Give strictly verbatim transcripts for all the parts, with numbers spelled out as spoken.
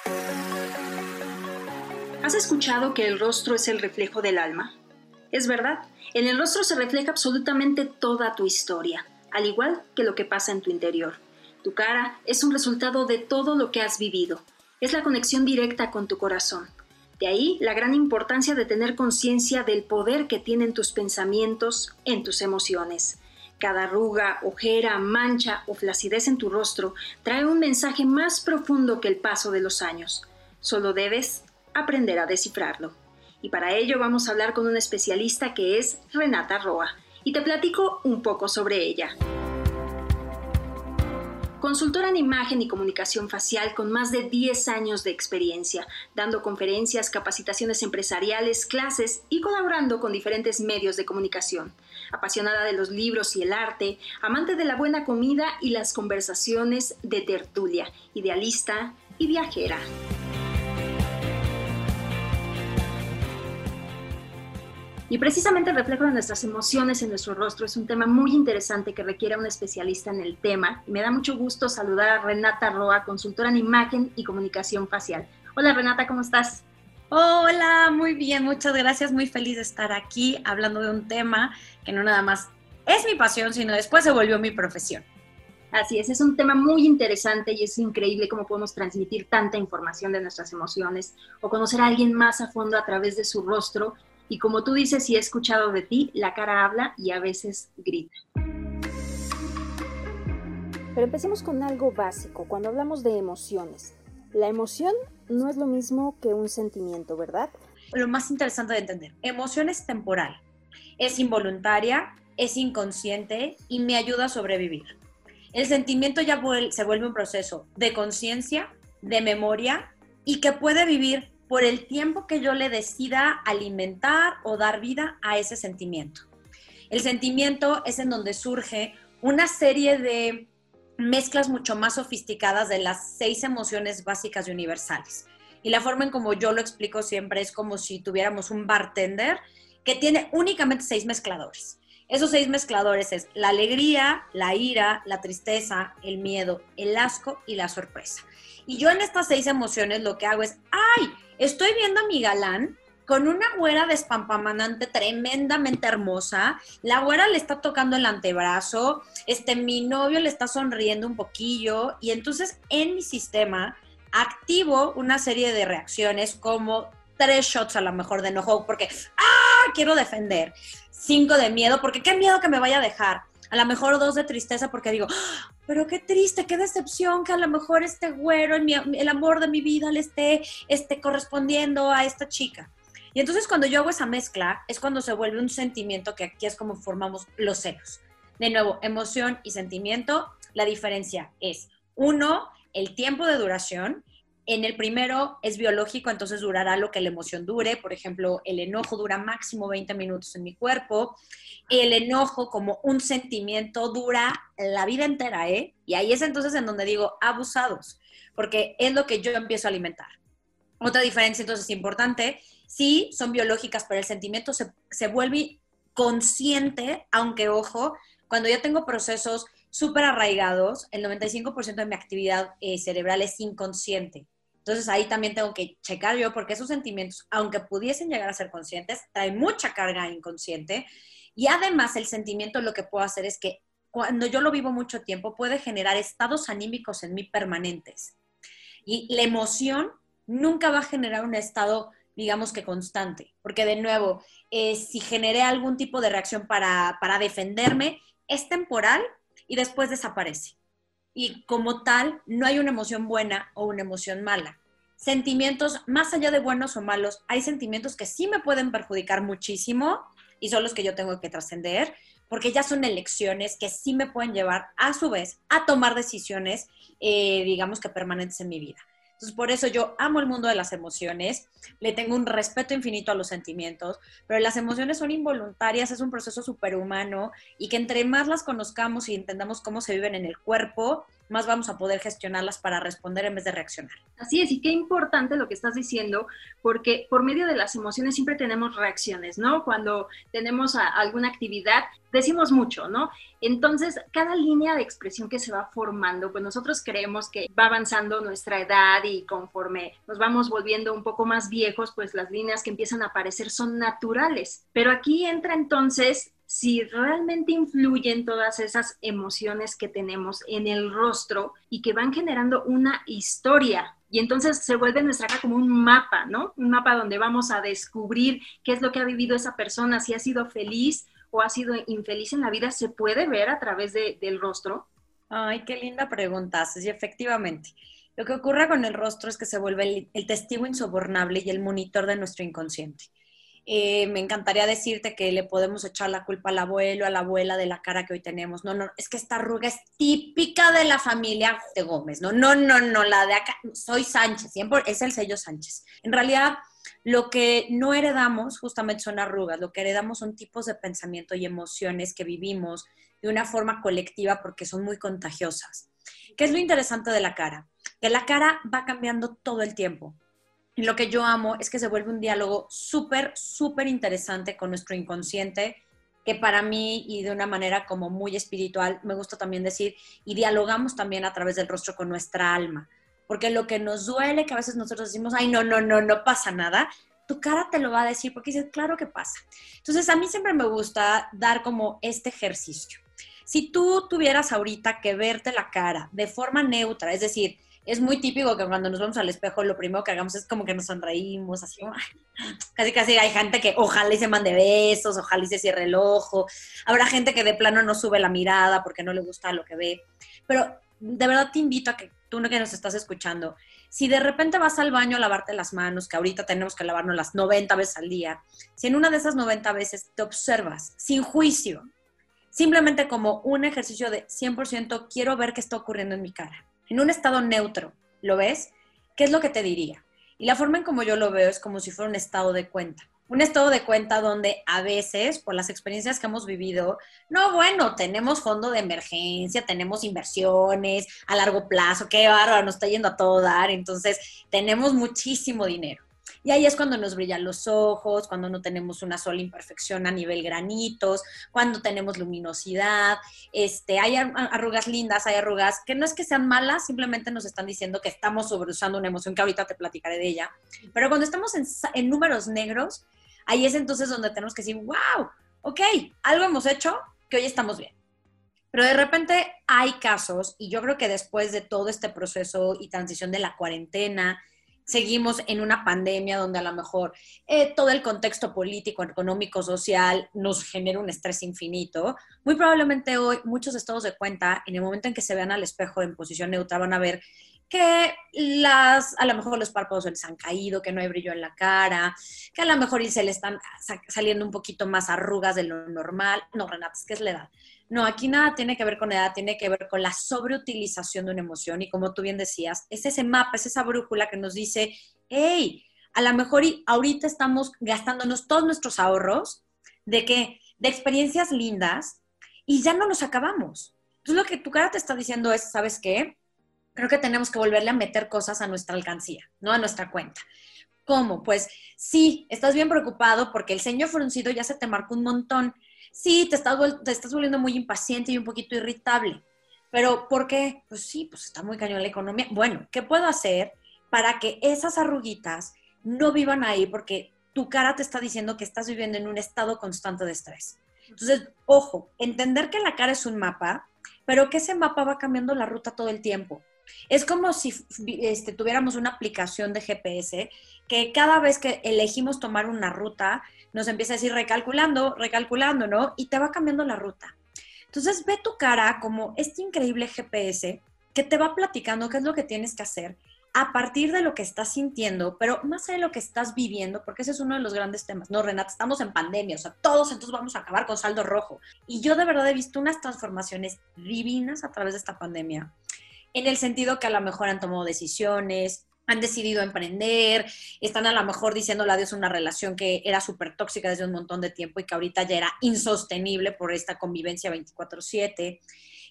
¿Has escuchado que el rostro es el reflejo del alma? Es verdad, en el rostro se refleja absolutamente toda tu historia, al igual que lo que pasa en tu interior. Tu cara es un resultado de todo lo que has vivido, es la conexión directa con tu corazón. De ahí la gran importancia de tener conciencia del poder que tienen tus pensamientos en tus emociones. Cada arruga, ojera, mancha o flacidez en tu rostro trae un mensaje más profundo que el paso de los años. Solo debes aprender a descifrarlo. Y para ello vamos a hablar con una especialista que es Renata Roa. Y te platico un poco sobre ella. Consultora en imagen y comunicación facial con más de diez años de experiencia, dando conferencias, capacitaciones empresariales, clases y colaborando con diferentes medios de comunicación. Apasionada de los libros y el arte, amante de la buena comida y las conversaciones de tertulia, idealista y viajera. Y precisamente el reflejo de nuestras emociones en nuestro rostro es un tema muy interesante que requiere a un especialista en el tema. Y me da mucho gusto saludar a Renata Roa, consultora en imagen y comunicación facial. Hola Renata, ¿cómo estás? Hola, muy bien, muchas gracias. Muy feliz de estar aquí hablando de un tema que no nada más es mi pasión, sino después se volvió mi profesión. Así es, es un tema muy interesante y es increíble cómo podemos transmitir tanta información de nuestras emociones o conocer a alguien más a fondo a través de su rostro. Y como tú dices, y he escuchado de ti, la cara habla y a veces grita. Pero empecemos con algo básico, cuando hablamos de emociones. La emoción no es lo mismo que un sentimiento, ¿verdad? Lo más interesante de entender, emoción es temporal, es involuntaria, es inconsciente y me ayuda a sobrevivir. El sentimiento ya se vuelve un proceso de conciencia, de memoria y que puede vivir por el tiempo que yo le decida alimentar o dar vida a ese sentimiento. El sentimiento es en donde surge una serie de mezclas mucho más sofisticadas de las seis emociones básicas y universales. Y la forma en como yo lo explico siempre es como si tuviéramos un bartender que tiene únicamente seis mezcladores. Esos seis mezcladores es la alegría, la ira, la tristeza, el miedo, el asco y la sorpresa. Y yo en estas seis emociones lo que hago es, ¡ay! Estoy viendo a mi galán con una güera despampamanante tremendamente hermosa. La güera le está tocando el antebrazo, este, mi novio le está sonriendo un poquillo y entonces en mi sistema activo una serie de reacciones como tres shots a lo mejor de enojo porque ¡ah! Quiero defender. Cinco de miedo porque qué miedo que me vaya a dejar. A lo mejor dos de tristeza porque digo, ¡ah! Pero qué triste, qué decepción que a lo mejor este güero, el, el amor de mi vida, le esté, esté correspondiendo a esta chica. Y entonces cuando yo hago esa mezcla, es cuando se vuelve un sentimiento que aquí es como formamos los celos. De nuevo, emoción y sentimiento, la diferencia es, uno, el tiempo de duración. En el primero es biológico, entonces durará lo que la emoción dure. Por ejemplo, el enojo dura máximo veinte minutos en mi cuerpo. El enojo como un sentimiento dura la vida entera, ¿eh? Y ahí es entonces en donde digo abusados, porque es lo que yo empiezo a alimentar. Otra diferencia entonces importante, sí, son biológicas, pero el sentimiento se, se vuelve consciente, aunque ojo, cuando ya tengo procesos súper arraigados, el noventa y cinco por ciento de mi actividad eh, cerebral es inconsciente. Entonces ahí también tengo que checar yo porque esos sentimientos, aunque pudiesen llegar a ser conscientes, traen mucha carga inconsciente y además el sentimiento lo que puedo hacer es que cuando yo lo vivo mucho tiempo puede generar estados anímicos en mí permanentes y la emoción nunca va a generar un estado digamos que constante, porque de nuevo, eh, si generé algún tipo de reacción para, para defenderme, es temporal y después desaparece. Y como tal, no hay una emoción buena o una emoción mala. Sentimientos, más allá de buenos o malos, hay sentimientos que sí me pueden perjudicar muchísimo y son los que yo tengo que trascender, porque ya son elecciones que sí me pueden llevar, a su vez, a tomar decisiones, eh, digamos que permanentes en mi vida. Entonces, por eso yo amo el mundo de las emociones, le tengo un respeto infinito a los sentimientos, pero las emociones son involuntarias, es un proceso superhumano y que entre más las conozcamos y entendamos cómo se viven en el cuerpo, más vamos a poder gestionarlas para responder en vez de reaccionar. Así es, y qué importante lo que estás diciendo, porque por medio de las emociones siempre tenemos reacciones, ¿no? Cuando tenemos a, alguna actividad, decimos mucho, ¿no? Entonces, cada línea de expresión que se va formando, pues nosotros creemos que va avanzando nuestra edad y conforme nos vamos volviendo un poco más viejos, pues las líneas que empiezan a aparecer son naturales. Pero aquí entra entonces si realmente influyen todas esas emociones que tenemos en el rostro y que van generando una historia. Y entonces se vuelve nuestra cara como un mapa, ¿no? Un mapa donde vamos a descubrir qué es lo que ha vivido esa persona, si ha sido feliz o ha sido infeliz en la vida, ¿se puede ver a través de, del rostro? Ay, qué linda pregunta, sí, efectivamente. Lo que ocurre con el rostro es que se vuelve el, el testigo insobornable y el monitor de nuestro inconsciente. Eh, me encantaría decirte que le podemos echar la culpa al abuelo, a la abuela de la cara que hoy tenemos. No, no, es que esta arruga es típica de la familia de Gómez. No, no, no, no, la de acá, soy Sánchez, siempre es el sello Sánchez. En realidad, lo que no heredamos justamente son arrugas, lo que heredamos son tipos de pensamiento y emociones que vivimos de una forma colectiva porque son muy contagiosas. ¿Qué es lo interesante de la cara? Que la cara va cambiando todo el tiempo. Y lo que yo amo es que se vuelve un diálogo súper, súper interesante con nuestro inconsciente, que para mí y de una manera como muy espiritual, me gusta también decir, y dialogamos también a través del rostro con nuestra alma. Porque lo que nos duele, que a veces nosotros decimos, ay, no, no, no, no pasa nada, tu cara te lo va a decir porque dices, claro que pasa. Entonces, a mí siempre me gusta dar como este ejercicio. Si tú tuvieras ahorita que verte la cara de forma neutra, es decir, es muy típico que cuando nos vemos al espejo lo primero que hagamos es como que nos sonreímos, así como, casi casi hay gente que ojalá y se mande besos, ojalá y se cierre el ojo, habrá gente que de plano no sube la mirada porque no le gusta lo que ve, pero de verdad te invito a que tú que nos estás escuchando, si de repente vas al baño a lavarte las manos, que ahorita tenemos que lavarnos las noventa veces al día, si en una de esas noventa veces te observas sin juicio, simplemente como un ejercicio de cien por ciento quiero ver qué está ocurriendo en mi cara, en un estado neutro, ¿lo ves? ¿Qué es lo que te diría? Y la forma en como yo lo veo es como si fuera un estado de cuenta. Un estado de cuenta donde a veces, por las experiencias que hemos vivido, no, bueno, tenemos fondo de emergencia, tenemos inversiones a largo plazo, qué bárbaro, nos está yendo a todo dar, entonces tenemos muchísimo dinero. Y ahí es cuando nos brillan los ojos, cuando no tenemos una sola imperfección a nivel granitos, cuando tenemos luminosidad, este, hay arrugas lindas, hay arrugas que no es que sean malas, simplemente nos están diciendo que estamos sobreusando una emoción que ahorita te platicaré de ella. Pero cuando estamos en, en números negros, ahí es entonces donde tenemos que decir, wow, ok, algo hemos hecho que hoy estamos bien. Pero de repente hay casos, y yo creo que después de todo este proceso y transición de la cuarentena, seguimos en una pandemia donde a lo mejor eh, todo el contexto político, económico, social nos genera un estrés infinito. Muy probablemente hoy muchos estados de cuenta, en el momento en que se vean al espejo en posición neutra, van a ver que las, a lo mejor los párpados se les han caído, que no hay brillo en la cara, que a lo mejor se le están saliendo un poquito más arrugas de lo normal. No, Renata, es que es la edad. No, aquí nada tiene que ver con edad, tiene que ver con la sobreutilización de una emoción y como tú bien decías, es ese mapa, es esa brújula que nos dice, hey, a lo mejor ahorita estamos gastándonos todos nuestros ahorros de que de experiencias lindas y ya no los acabamos. Entonces lo que tu cara te está diciendo es, ¿sabes qué? Creo que tenemos que volverle a meter cosas a nuestra alcancía, no a nuestra cuenta. ¿Cómo? Pues sí, estás bien preocupado porque el ceño fruncido ya se te marcó un montón. Sí, te estás, te estás volviendo muy impaciente y un poquito irritable. ¿Pero por qué? Pues sí, pues está muy cañón la economía. Bueno, ¿qué puedo hacer para que esas arruguitas no vivan ahí? Porque tu cara te está diciendo que estás viviendo en un estado constante de estrés. Entonces, ojo, entender que la cara es un mapa, pero que ese mapa va cambiando la ruta todo el tiempo. Es como si este, tuviéramos una aplicación de G P S que cada vez que elegimos tomar una ruta nos empieza a decir recalculando, recalculando, ¿no? Y te va cambiando la ruta. Entonces ve tu cara como este increíble G P S que te va platicando qué es lo que tienes que hacer a partir de lo que estás sintiendo, pero más allá de lo que estás viviendo, porque ese es uno de los grandes temas. No, Renata, estamos en pandemia, o sea, todos entonces vamos a acabar con saldo rojo. Y yo de verdad he visto unas transformaciones divinas a través de esta pandemia, en el sentido que a lo mejor han tomado decisiones, han decidido emprender, están a lo mejor diciéndole adiós a una relación que era súper tóxica desde un montón de tiempo y que ahorita ya era insostenible por esta convivencia veinticuatro siete.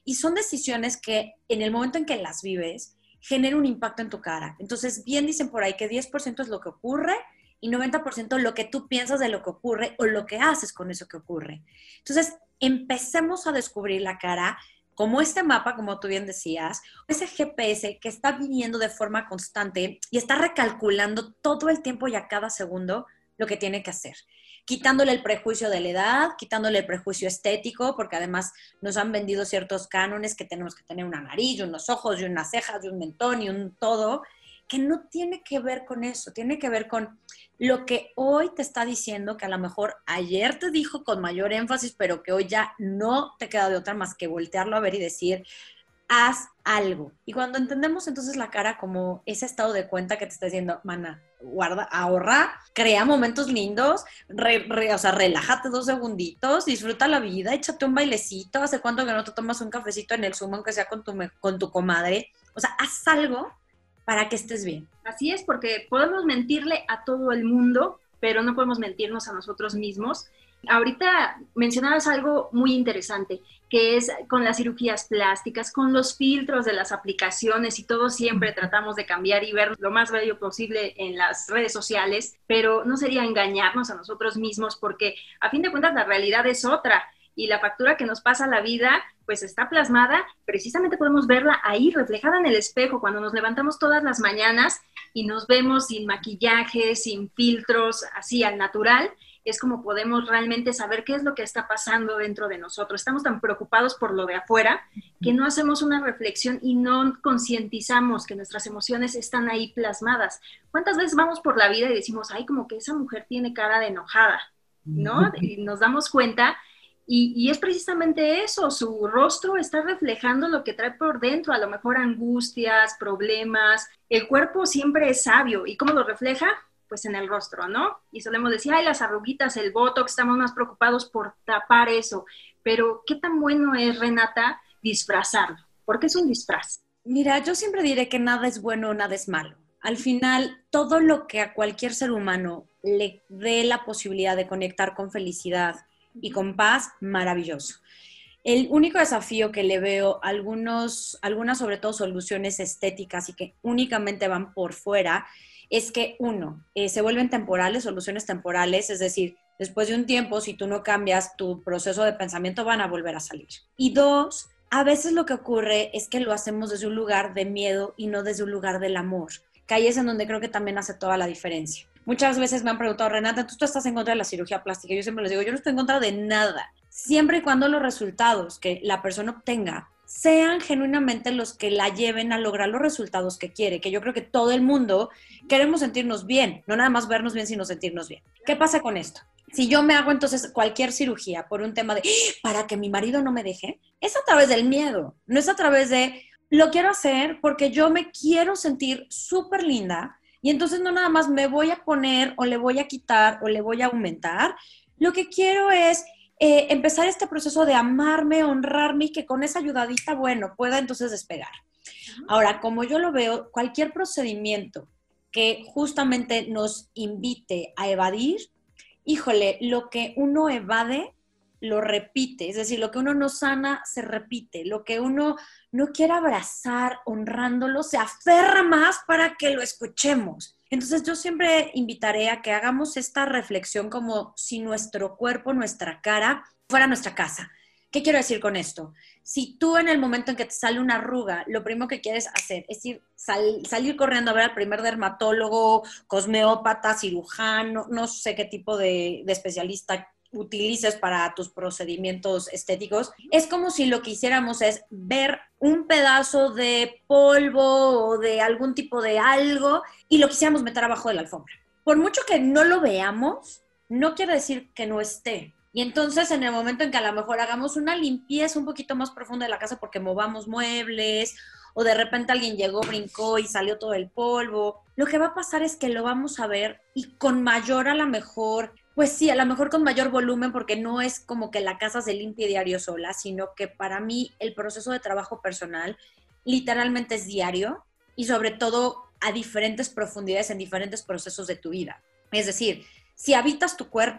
Y son decisiones que en el momento en que las vives, genera un impacto en tu cara. Entonces, bien dicen por ahí que diez por ciento es lo que ocurre y noventa por ciento lo que tú piensas de lo que ocurre o lo que haces con eso que ocurre. Entonces, empecemos a descubrir la cara como este mapa, como tú bien decías, ese G P S que está viniendo de forma constante y está recalculando todo el tiempo y a cada segundo lo que tiene que hacer. Quitándole el prejuicio de la edad, quitándole el prejuicio estético, porque además nos han vendido ciertos cánones que tenemos que tener una nariz, y unos ojos, y unas cejas, y un mentón, y un todo, que no tiene que ver con eso, tiene que ver con lo que hoy te está diciendo, que a lo mejor ayer te dijo con mayor énfasis, pero que hoy ya no te queda de otra más que voltearlo a ver y decir, haz algo. Y cuando entendemos entonces la cara como ese estado de cuenta que te está diciendo, mana, guarda, ahorra, crea momentos lindos, re, re, o sea, relájate dos segunditos, disfruta la vida, échate un bailecito, hace cuánto que no te tomas un cafecito en el Zoom, aunque sea con tu, con tu comadre, o sea, haz algo para que estés bien. Así es, porque podemos mentirle a todo el mundo, pero no podemos mentirnos a nosotros mismos. Ahorita mencionabas algo muy interesante, que es con las cirugías plásticas, con los filtros de las aplicaciones y todo siempre tratamos de cambiar y ver lo más bello posible en las redes sociales, pero no sería engañarnos a nosotros mismos porque a fin de cuentas la realidad es otra y la factura que nos pasa la vida pues está plasmada, precisamente podemos verla ahí reflejada en el espejo cuando nos levantamos todas las mañanas y nos vemos sin maquillaje, sin filtros, así al natural. Es como podemos realmente saber qué es lo que está pasando dentro de nosotros. Estamos tan preocupados por lo de afuera que no hacemos una reflexión y no concientizamos que nuestras emociones están ahí plasmadas. ¿Cuántas veces vamos por la vida y decimos, ay, como que esa mujer tiene cara de enojada, ¿no? Y nos damos cuenta y, y es precisamente eso, su rostro está reflejando lo que trae por dentro, a lo mejor angustias, problemas. El cuerpo siempre es sabio. ¿Y cómo lo refleja? Pues en el rostro, ¿no? Y solemos decir, ay, las arruguitas, el botox, estamos más preocupados por tapar eso. Pero, ¿qué tan bueno es, Renata, disfrazarlo? Porque es un disfraz. Mira, yo siempre diré que nada es bueno, nada es malo. Al final, todo lo que a cualquier ser humano le dé la posibilidad de conectar con felicidad y con paz, maravilloso. El único desafío que le veo a algunos, algunas sobre todo soluciones estéticas y que únicamente van por fuera, es que uno, eh, se vuelven temporales, soluciones temporales, es decir, después de un tiempo, si tú no cambias tu proceso de pensamiento, van a volver a salir. Y dos, a veces lo que ocurre es que lo hacemos desde un lugar de miedo y no desde un lugar del amor, que ahí es en donde creo que también hace toda la diferencia. Muchas veces me han preguntado, Renata, ¿tú, tú estás en contra de la cirugía plástica? Yo siempre les digo, yo no estoy en contra de nada, siempre y cuando los resultados que la persona obtenga sean genuinamente los que la lleven a lograr los resultados que quiere, que yo creo que todo el mundo queremos sentirnos bien, no nada más vernos bien, sino sentirnos bien. ¿Qué pasa con esto? Si yo me hago entonces cualquier cirugía por un tema de, ¡ah!, para que mi marido no me deje, es a través del miedo, no es a través de, lo quiero hacer porque yo me quiero sentir súper linda y entonces no nada más me voy a poner o le voy a quitar o le voy a aumentar, lo que quiero es Eh, empezar este proceso de amarme, honrarme y que con esa ayudadita, bueno, pueda entonces despegar. Ahora, como yo lo veo, cualquier procedimiento que justamente nos invite a evadir, híjole, lo que uno evade, lo repite. Es decir, lo que uno no sana, se repite. Lo que uno no quiere abrazar, honrándolo, se aferra más para que lo escuchemos. Entonces yo siempre invitaré a que hagamos esta reflexión como si nuestro cuerpo, nuestra cara, fuera nuestra casa. ¿Qué quiero decir con esto? Si tú en el momento en que te sale una arruga, lo primero que quieres hacer es ir, sal, salir corriendo a ver al primer dermatólogo, cosmeópata, cirujano, no sé qué tipo de, de especialista utilices para tus procedimientos estéticos, es como si lo que hiciéramos es ver un pedazo de polvo o de algún tipo de algo y lo quisiéramos meter abajo de la alfombra. Por mucho que no lo veamos, no quiere decir que no esté. Y entonces en el momento en que a lo mejor hagamos una limpieza un poquito más profunda de la casa porque movamos muebles o de repente alguien llegó, brincó y salió todo el polvo, lo que va a pasar es que lo vamos a ver y con mayor a lo mejor, pues sí, a lo mejor con mayor volumen porque no es como que la casa se limpie diario sola, sino que para mí el proceso de trabajo personal literalmente es diario y sobre todo a diferentes profundidades en diferentes procesos de tu vida. Es decir, si habitas tu cuerpo,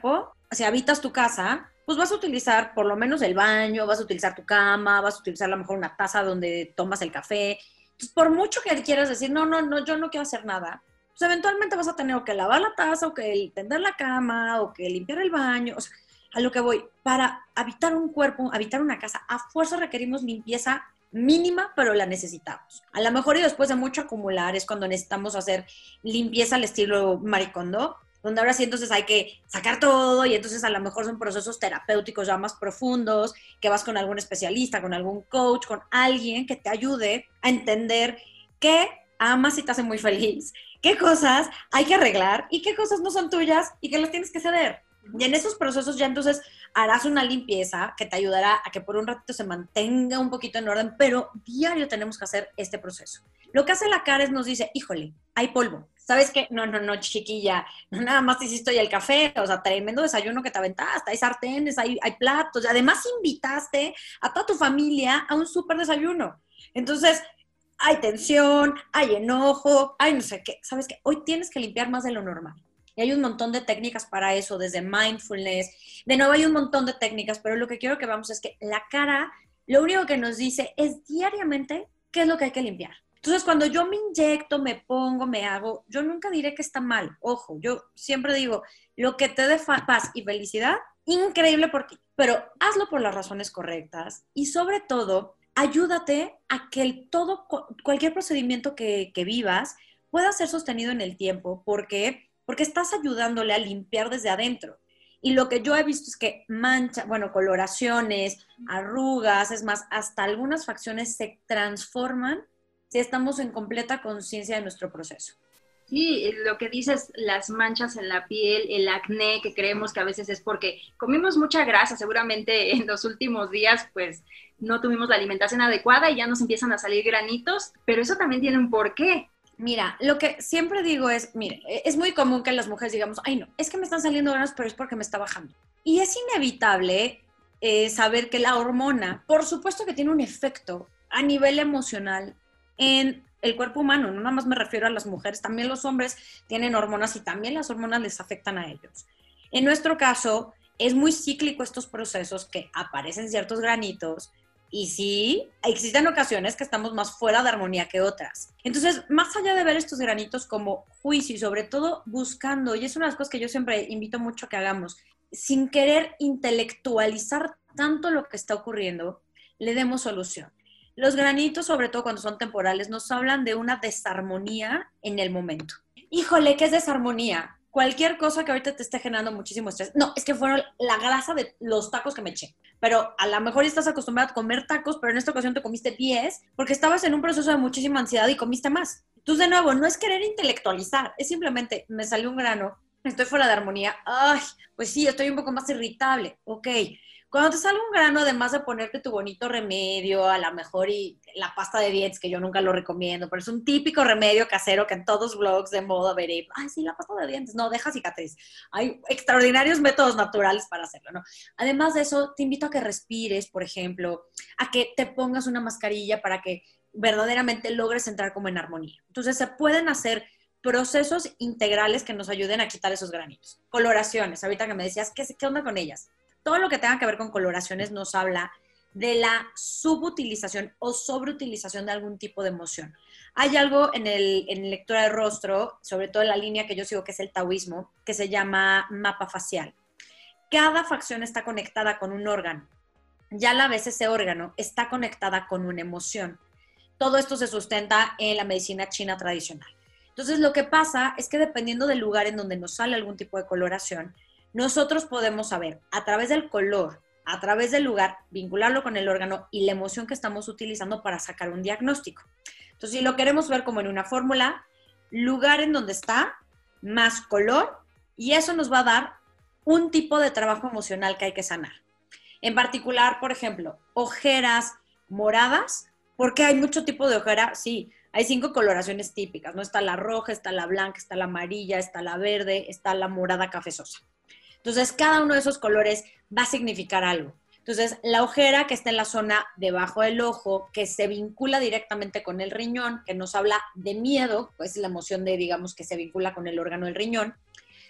si habitas tu casa, pues vas a utilizar por lo menos el baño, vas a utilizar tu cama, vas a utilizar a lo mejor una taza donde tomas el café. Entonces, por mucho que quieras decir, no, no, no, yo no quiero hacer nada, pues eventualmente vas a tener o que lavar la taza, o que tender la cama, o que limpiar el baño. O sea, a lo que voy, para habitar un cuerpo, habitar una casa, a fuerza requerimos limpieza mínima, pero la necesitamos. A lo mejor y después de mucho acumular es cuando necesitamos hacer limpieza al estilo Marie Kondo, donde ahora sí entonces hay que sacar todo y entonces a lo mejor son procesos terapéuticos ya más profundos, que vas con algún especialista, con algún coach, con alguien que te ayude a entender qué amas y te hace muy feliz, qué cosas hay que arreglar y qué cosas no son tuyas y que las tienes que ceder. Y en esos procesos ya entonces harás una limpieza que te ayudará a que por un ratito se mantenga un poquito en orden, pero diario tenemos que hacer este proceso. Lo que hace la cara es nos dice, híjole, hay polvo. ¿Sabes qué? No, no, no, chiquilla, no nada más te hiciste hoy el café, o sea, tremendo desayuno que te aventaste, hay sartenes, hay, hay platos, y además invitaste a toda tu familia a un súper desayuno. Entonces, hay tensión, hay enojo, hay no sé qué. ¿Sabes qué? Hoy tienes que limpiar más de lo normal. Y hay un montón de técnicas para eso, desde mindfulness. De nuevo hay un montón de técnicas, pero lo que quiero que veamos es que la cara, lo único que nos dice es diariamente qué es lo que hay que limpiar. Entonces, cuando yo me inyecto, me pongo, me hago, yo nunca diré que está mal. Ojo, yo siempre digo, lo que te dé paz y felicidad, increíble por ti. Pero hazlo por las razones correctas y sobre todo, ayúdate a que el todo, cualquier procedimiento que, que vivas pueda ser sostenido en el tiempo. ¿Por qué? Porque estás ayudándole a limpiar desde adentro. Y lo que yo he visto es que mancha, bueno, coloraciones, arrugas, es más, hasta algunas facciones se transforman si estamos en completa conciencia de nuestro proceso. Sí, lo que dices, las manchas en la piel, el acné, que creemos que a veces es porque comimos mucha grasa, seguramente en los últimos días, pues no tuvimos la alimentación adecuada y ya nos empiezan a salir granitos, pero eso también tiene un porqué. Mira, lo que siempre digo es, mire, es muy común que las mujeres digamos, ay no, es que me están saliendo granos, pero es porque me está bajando. Y es inevitable eh, saber que la hormona, por supuesto que tiene un efecto a nivel emocional en el cuerpo humano, no nada más me refiero a las mujeres, también los hombres tienen hormonas y también las hormonas les afectan a ellos. En nuestro caso, es muy cíclico estos procesos que aparecen ciertos granitos. Y sí, existen ocasiones que estamos más fuera de armonía que otras. Entonces, más allá de ver estos granitos como juicio y sobre todo buscando, y es una de las cosas que yo siempre invito mucho a que hagamos, sin querer intelectualizar tanto lo que está ocurriendo, le demos solución. Los granitos, sobre todo cuando son temporales, nos hablan de una desarmonía en el momento. Híjole, ¿qué es desarmonía? Cualquier cosa que ahorita te esté generando muchísimo estrés. No, es que fueron la grasa de los tacos que me eché. Pero a lo mejor estás acostumbrado a comer tacos, pero en esta ocasión te comiste diez porque estabas en un proceso de muchísima ansiedad y comiste más. Entonces, de nuevo, no es querer intelectualizar, es simplemente, me salió un grano, estoy fuera de armonía. Ay, pues sí, estoy un poco más irritable. Ok. Cuando te sale un grano, además de ponerte tu bonito remedio, a lo mejor y la pasta de dientes, que yo nunca lo recomiendo, pero es un típico remedio casero que en todos blogs de moda veré, ay, sí, la pasta de dientes, no, deja cicatriz. Hay extraordinarios métodos naturales para hacerlo, ¿no? Además de eso, te invito a que respires, por ejemplo, a que te pongas una mascarilla para que verdaderamente logres entrar como en armonía. Entonces, se pueden hacer procesos integrales que nos ayuden a quitar esos granitos. Coloraciones, ahorita que me decías, ¿qué, qué onda con ellas? Todo lo que tenga que ver con coloraciones nos habla de la subutilización o sobreutilización de algún tipo de emoción. Hay algo en, el, en lectura de rostro, sobre todo en la línea que yo sigo, que es el taoísmo, que se llama mapa facial. Cada facción está conectada con un órgano. Ya a la vez ese órgano está conectada con una emoción. Todo esto se sustenta en la medicina china tradicional. Entonces, lo que pasa es que dependiendo del lugar en donde nos sale algún tipo de coloración, nosotros podemos saber a través del color, a través del lugar, vincularlo con el órgano y la emoción que estamos utilizando para sacar un diagnóstico. Entonces, si lo queremos ver como en una fórmula, lugar en donde está, más color, y eso nos va a dar un tipo de trabajo emocional que hay que sanar. En particular, por ejemplo, ojeras moradas, porque hay mucho tipo de ojera, sí, hay cinco coloraciones típicas, ¿no? Está la roja, está la blanca, está la amarilla, está la verde, está la morada cafezosa. Entonces, cada uno de esos colores va a significar algo. Entonces, la ojera que está en la zona debajo del ojo, que se vincula directamente con el riñón, que nos habla de miedo, pues la emoción de, digamos, que se vincula con el órgano del riñón.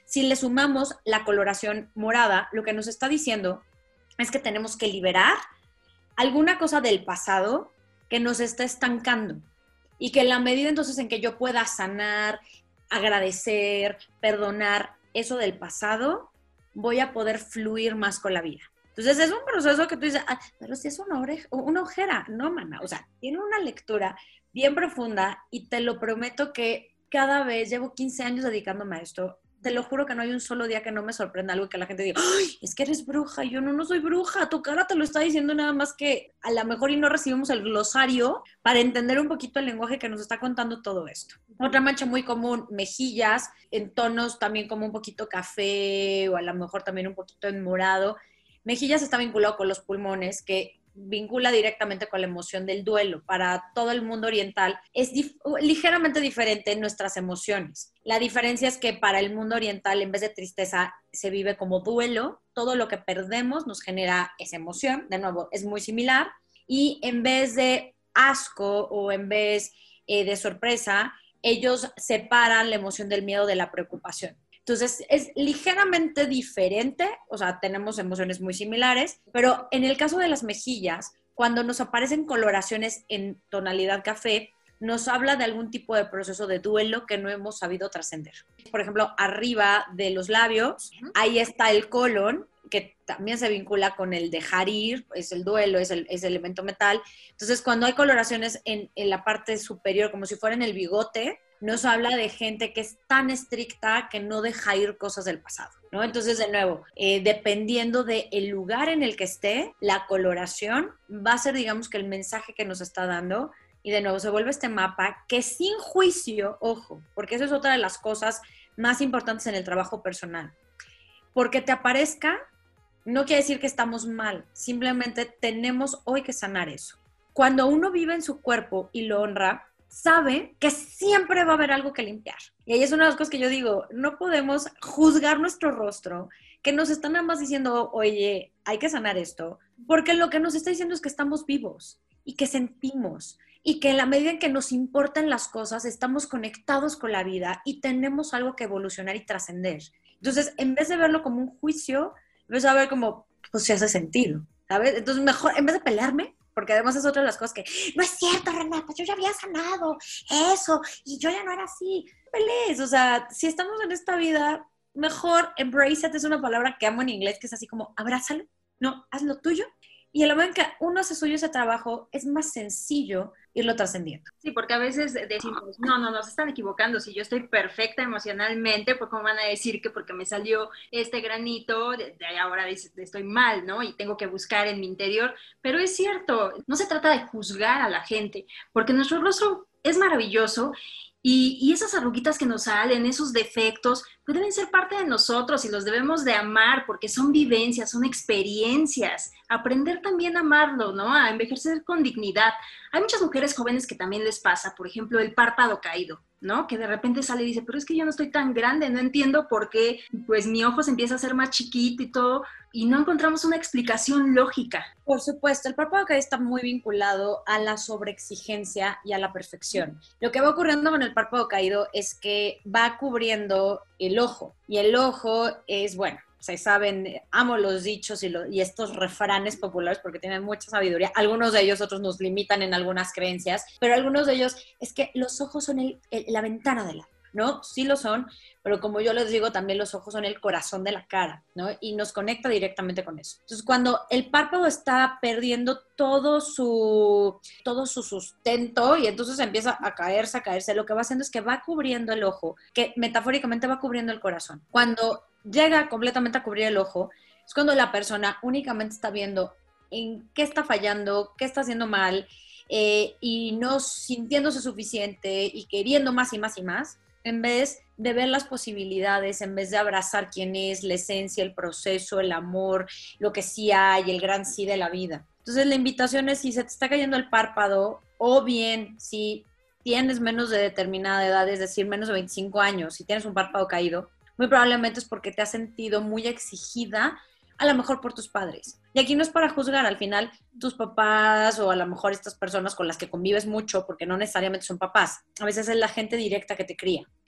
Si le sumamos la coloración morada, lo que nos está diciendo es que tenemos que liberar alguna cosa del pasado que nos está estancando y que en la medida entonces en que yo pueda sanar, agradecer, perdonar eso del pasado, voy a poder fluir más con la vida. Entonces es un proceso que tú dices, ah, pero si es una, oreja, una ojera, no, mana, o sea, tiene una lectura bien profunda y te lo prometo que cada vez, llevo quince años dedicándome a esto, te lo juro que no hay un solo día que no me sorprenda algo que la gente diga, ¡ay, es que eres bruja! Y yo, no, no soy bruja, tu cara te lo está diciendo, nada más que a lo mejor y no recibimos el glosario para entender un poquito el lenguaje que nos está contando todo esto. Otra mancha muy común, mejillas, en tonos también como un poquito café o a lo mejor también un poquito en morado. Mejillas está vinculado con los pulmones, que vincula directamente con la emoción del duelo. Para todo el mundo oriental es dif- ligeramente diferente en nuestras emociones. La diferencia es que para el mundo oriental, en vez de tristeza, se vive como duelo. Todo lo que perdemos nos genera esa emoción. De nuevo, es muy similar. Y en vez de asco o en vez eh, de sorpresa, ellos separan la emoción del miedo de la preocupación. Entonces, es ligeramente diferente, o sea, tenemos emociones muy similares, pero en el caso de las mejillas, cuando nos aparecen coloraciones en tonalidad café, nos habla de algún tipo de proceso de duelo que no hemos sabido trascender. Por ejemplo, arriba de los labios, ahí está el colon, que también se vincula con el dejar ir, es el duelo, es el, es el elemento metal. Entonces, cuando hay coloraciones en, en la parte superior, como si fuera en el bigote, nos habla de gente que es tan estricta que no deja ir cosas del pasado, ¿no? Entonces, de nuevo, eh, dependiendo del lugar en el que esté, la coloración va a ser, digamos, que el mensaje que nos está dando. Y de nuevo, se vuelve este mapa que sin juicio, ojo, porque eso es otra de las cosas más importantes en el trabajo personal. Porque te aparezca, no quiere decir que estamos mal, simplemente tenemos hoy que sanar eso. Cuando uno vive en su cuerpo y lo honra, sabe que siempre va a haber algo que limpiar. Y ahí es una de las cosas que yo digo, no podemos juzgar nuestro rostro, que nos están nada más diciendo, oye, hay que sanar esto, porque lo que nos está diciendo es que estamos vivos y que sentimos y que en la medida en que nos importan las cosas, estamos conectados con la vida y tenemos algo que evolucionar y trascender. Entonces, en vez de verlo como un juicio, ves a ver como, pues si hace sentido, ¿sabes? Entonces, mejor, en vez de pelearme, porque además es otra de las cosas que, no es cierto, Renata, pues yo ya había sanado eso y yo ya no era así. Pelees, o sea, si estamos en esta vida, mejor embrace it, es una palabra que amo en inglés, que es así como, abrázalo, no, haz lo tuyo. Y en la medida en que uno hace suyo ese trabajo, es más sencillo irlo trascendiendo. Sí, porque a veces decimos, no, no, no, se están equivocando. Si yo estoy perfecta emocionalmente, pues cómo van a decir que porque me salió este granito, de, de ahora estoy mal, ¿no? Y tengo que buscar en mi interior. Pero es cierto, no se trata de juzgar a la gente, porque nuestro rostro es maravilloso. Y, y esas arruguitas que nos salen, esos defectos, pues deben ser parte de nosotros y los debemos de amar porque son vivencias, son experiencias. Aprender también a amarlo, ¿no? A envejecer con dignidad. Hay muchas mujeres jóvenes que también les pasa, por ejemplo, el párpado caído, ¿no? Que de repente sale y dice, pero es que yo no estoy tan grande, no entiendo por qué, pues mi ojo se empieza a hacer más chiquito y todo, y no encontramos una explicación lógica. Por supuesto, el párpado caído está muy vinculado a la sobreexigencia y a la perfección. Lo que va ocurriendo con el párpado caído es que va cubriendo el ojo, y el ojo es, bueno, se saben, amo los dichos y, lo, y estos refranes populares porque tienen mucha sabiduría. Algunos de ellos, otros nos limitan en algunas creencias, pero algunos de ellos es que los ojos son el, el, la ventana del alma, ¿no? Sí lo son, pero como yo les digo, también los ojos son el corazón de la cara, ¿no? Y nos conecta directamente con eso. Entonces, cuando el párpado está perdiendo todo su, todo su sustento y entonces empieza a caerse, a caerse, lo que va haciendo es que va cubriendo el ojo, que metafóricamente va cubriendo el corazón. Cuando llega completamente a cubrir el ojo, es cuando la persona únicamente está viendo en qué está fallando, qué está haciendo mal, eh, y no sintiéndose suficiente y queriendo más y más y más, en vez de ver las posibilidades, en vez de abrazar quién es, la esencia, el proceso, el amor, lo que sí hay, el gran sí de la vida. Entonces la invitación es, si se te está cayendo el párpado, o bien si tienes menos de determinada edad, es decir, menos de veinticinco años, si tienes un párpado caído, muy probablemente es porque te has sentido muy exigida, a lo mejor por tus padres. Y aquí no es para juzgar, al final tus papás o a lo mejor estas personas con las que convives mucho, porque no necesariamente son papás, a veces es la gente directa que te cría.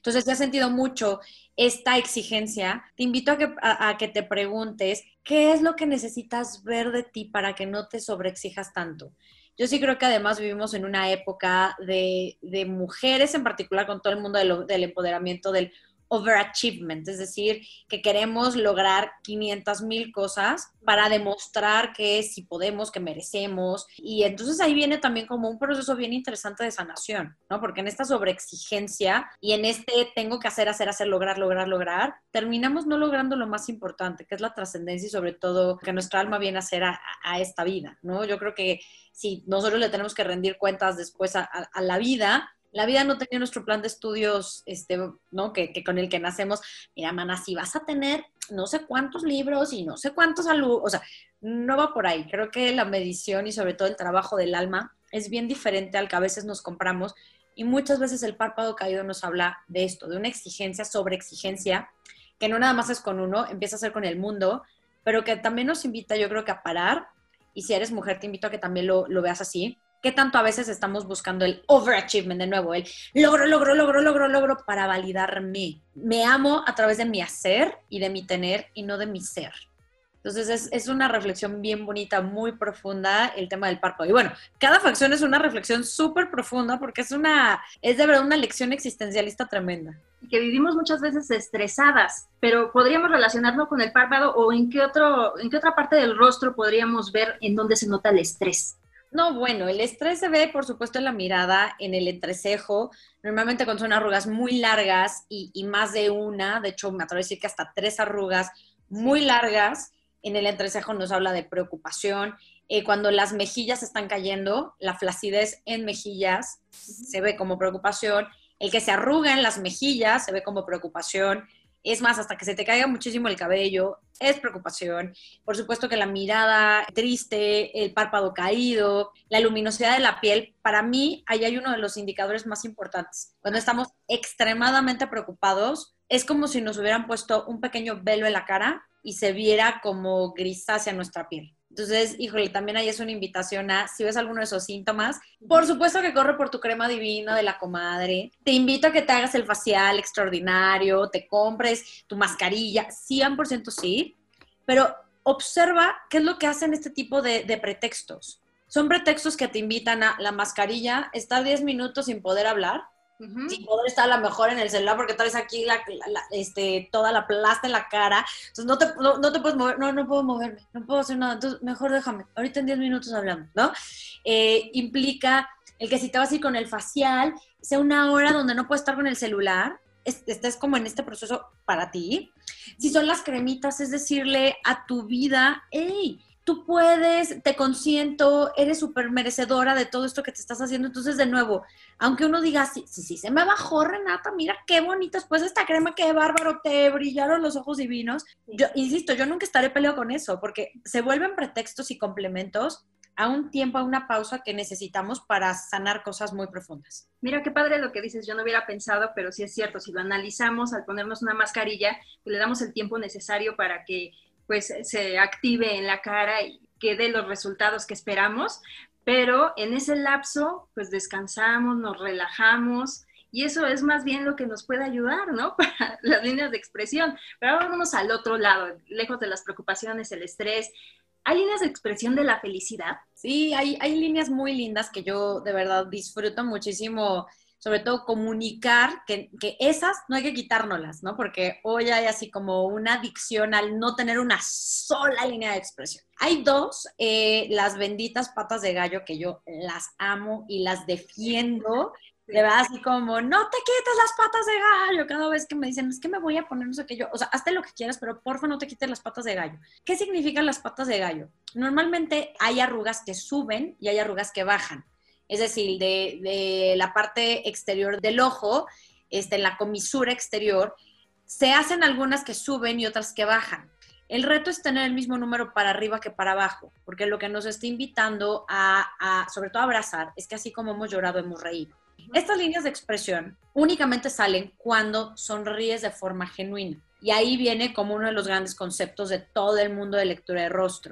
Entonces, si has sentido mucho esta exigencia, te invito a que, a, a que te preguntes qué es lo que necesitas ver de ti para que no te sobreexijas tanto. Yo sí creo que además vivimos en una época de, de mujeres en particular con todo el mundo del, del empoderamiento, del overachievement, es decir, que queremos lograr quinientas mil cosas para demostrar que sí podemos, que merecemos. Y entonces ahí viene también como un proceso bien interesante de sanación, ¿no? Porque en esta sobreexigencia y en este tengo que hacer, hacer, hacer, lograr, lograr, lograr, terminamos no logrando lo más importante, que es la trascendencia y sobre todo que nuestra alma viene a hacer a, a esta vida, ¿no? Yo creo que si nosotros le tenemos que rendir cuentas después a, a, a la vida, la vida no tenía nuestro plan de estudios, este, ¿no? Que, que con el que nacemos, mira, mana, si vas a tener no sé cuántos libros y no sé cuántos alumnos, o sea, no va por ahí. Creo que la medición y sobre todo el trabajo del alma es bien diferente al que a veces nos compramos y muchas veces el párpado caído nos habla de esto, de una exigencia sobre exigencia, que no nada más es con uno, empieza a ser con el mundo, pero que también nos invita, yo creo que a parar, y si eres mujer te invito a que también lo, lo veas así. ¿Qué tanto a veces estamos buscando el overachievement de nuevo? El logro, logro, logro, logro, logro para validarme. Me amo a través de mi hacer y de mi tener y no de mi ser. Entonces es, es una reflexión bien bonita, muy profunda el tema del párpado. Y bueno, cada facción es una reflexión súper profunda porque es una, es de verdad una lección existencialista tremenda. Y que vivimos muchas veces estresadas, pero podríamos relacionarlo con el párpado o en qué, otro, en qué otra parte del rostro podríamos ver en dónde se nota el estrés. No, bueno, el estrés se ve, por supuesto, en la mirada, en el entrecejo, normalmente cuando son arrugas muy largas y, y más de una, de hecho, me atrevo a decir que hasta tres arrugas muy largas, en el entrecejo nos habla de preocupación. Eh, cuando las mejillas están cayendo, la flacidez en mejillas se ve como preocupación. El que se arruga en las mejillas se ve como preocupación. Es más, hasta que se te caiga muchísimo el cabello, es preocupación. Por supuesto que la mirada triste, el párpado caído, la luminosidad de la piel, para mí, ahí hay uno de los indicadores más importantes. Cuando estamos extremadamente preocupados, es como si nos hubieran puesto un pequeño velo en la cara y se viera como grisácea nuestra piel. Entonces, híjole, también ahí es una invitación a, si ves alguno de esos síntomas, por supuesto que corre por tu crema divina de la comadre. Te invito a que te hagas el facial extraordinario, te compres tu mascarilla, cien por ciento sí, pero observa qué es lo que hacen este tipo de, de pretextos. Son pretextos que te invitan a la mascarilla, estar diez minutos sin poder hablar, uh-huh. sin poder estar a lo mejor en el celular porque traes aquí la, la, la, este, toda la plasta en la cara, entonces no te, no, no te puedes mover, no, no puedo moverme, no puedo hacer nada, entonces mejor déjame, ahorita en diez minutos hablamos, ¿no? Eh, implica el que si te vas a ir con el facial, sea una hora donde no puedes estar con el celular, estés como en este proceso para ti. Si son las cremitas, es decirle a tu vida, hey, tú puedes, te consiento, eres súper merecedora de todo esto que te estás haciendo. Entonces, de nuevo, aunque uno diga, sí, sí, sí, se me bajó, Renata, mira qué bonito, después de esta crema, qué bárbaro, te brillaron los ojos divinos. Yo, insisto, yo nunca estaré peleado con eso, porque se vuelven pretextos y complementos a un tiempo, a una pausa que necesitamos para sanar cosas muy profundas. Mira, qué padre lo que dices, yo no hubiera pensado, pero sí es cierto, si lo analizamos al ponernos una mascarilla, pues le damos el tiempo necesario para que pues se active en la cara y que dé los resultados que esperamos, pero en ese lapso pues descansamos, nos relajamos y eso es más bien lo que nos puede ayudar, ¿no? Para las líneas de expresión. Pero ahora vamos al otro lado, lejos de las preocupaciones, el estrés. ¿Hay líneas de expresión de la felicidad? Sí, hay, hay líneas muy lindas que yo de verdad disfruto muchísimo, sobre todo comunicar, que, que esas no hay que quitárnoslas, ¿no? Porque hoy hay así como una adicción al no tener una sola línea de expresión. Hay dos, eh, las benditas patas de gallo, que yo las amo y las defiendo. De verdad, así como, no te quites las patas de gallo. Cada vez que me dicen, es que me voy a poner no sé qué yo. O sea, hazte lo que quieras, pero porfa no te quites las patas de gallo. ¿Qué significan las patas de gallo? Normalmente hay arrugas que suben y hay arrugas que bajan. Es decir, de, de la parte exterior del ojo, este, en la comisura exterior, se hacen algunas que suben y otras que bajan. El reto es tener el mismo número para arriba que para abajo, porque lo que nos está invitando a, a sobre todo a abrazar, es que así como hemos llorado, hemos reído. Estas líneas de expresión únicamente salen cuando sonríes de forma genuina. Y ahí viene como uno de los grandes conceptos de todo el mundo de lectura de rostro.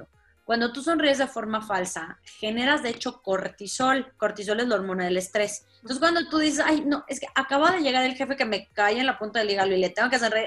Cuando tú sonríes de forma falsa, generas de hecho cortisol. Cortisol es la hormona del estrés. Entonces cuando tú dices, ay, no, es que acaba de llegar el jefe que me cae en la punta del hígado y le tengo que sonreír,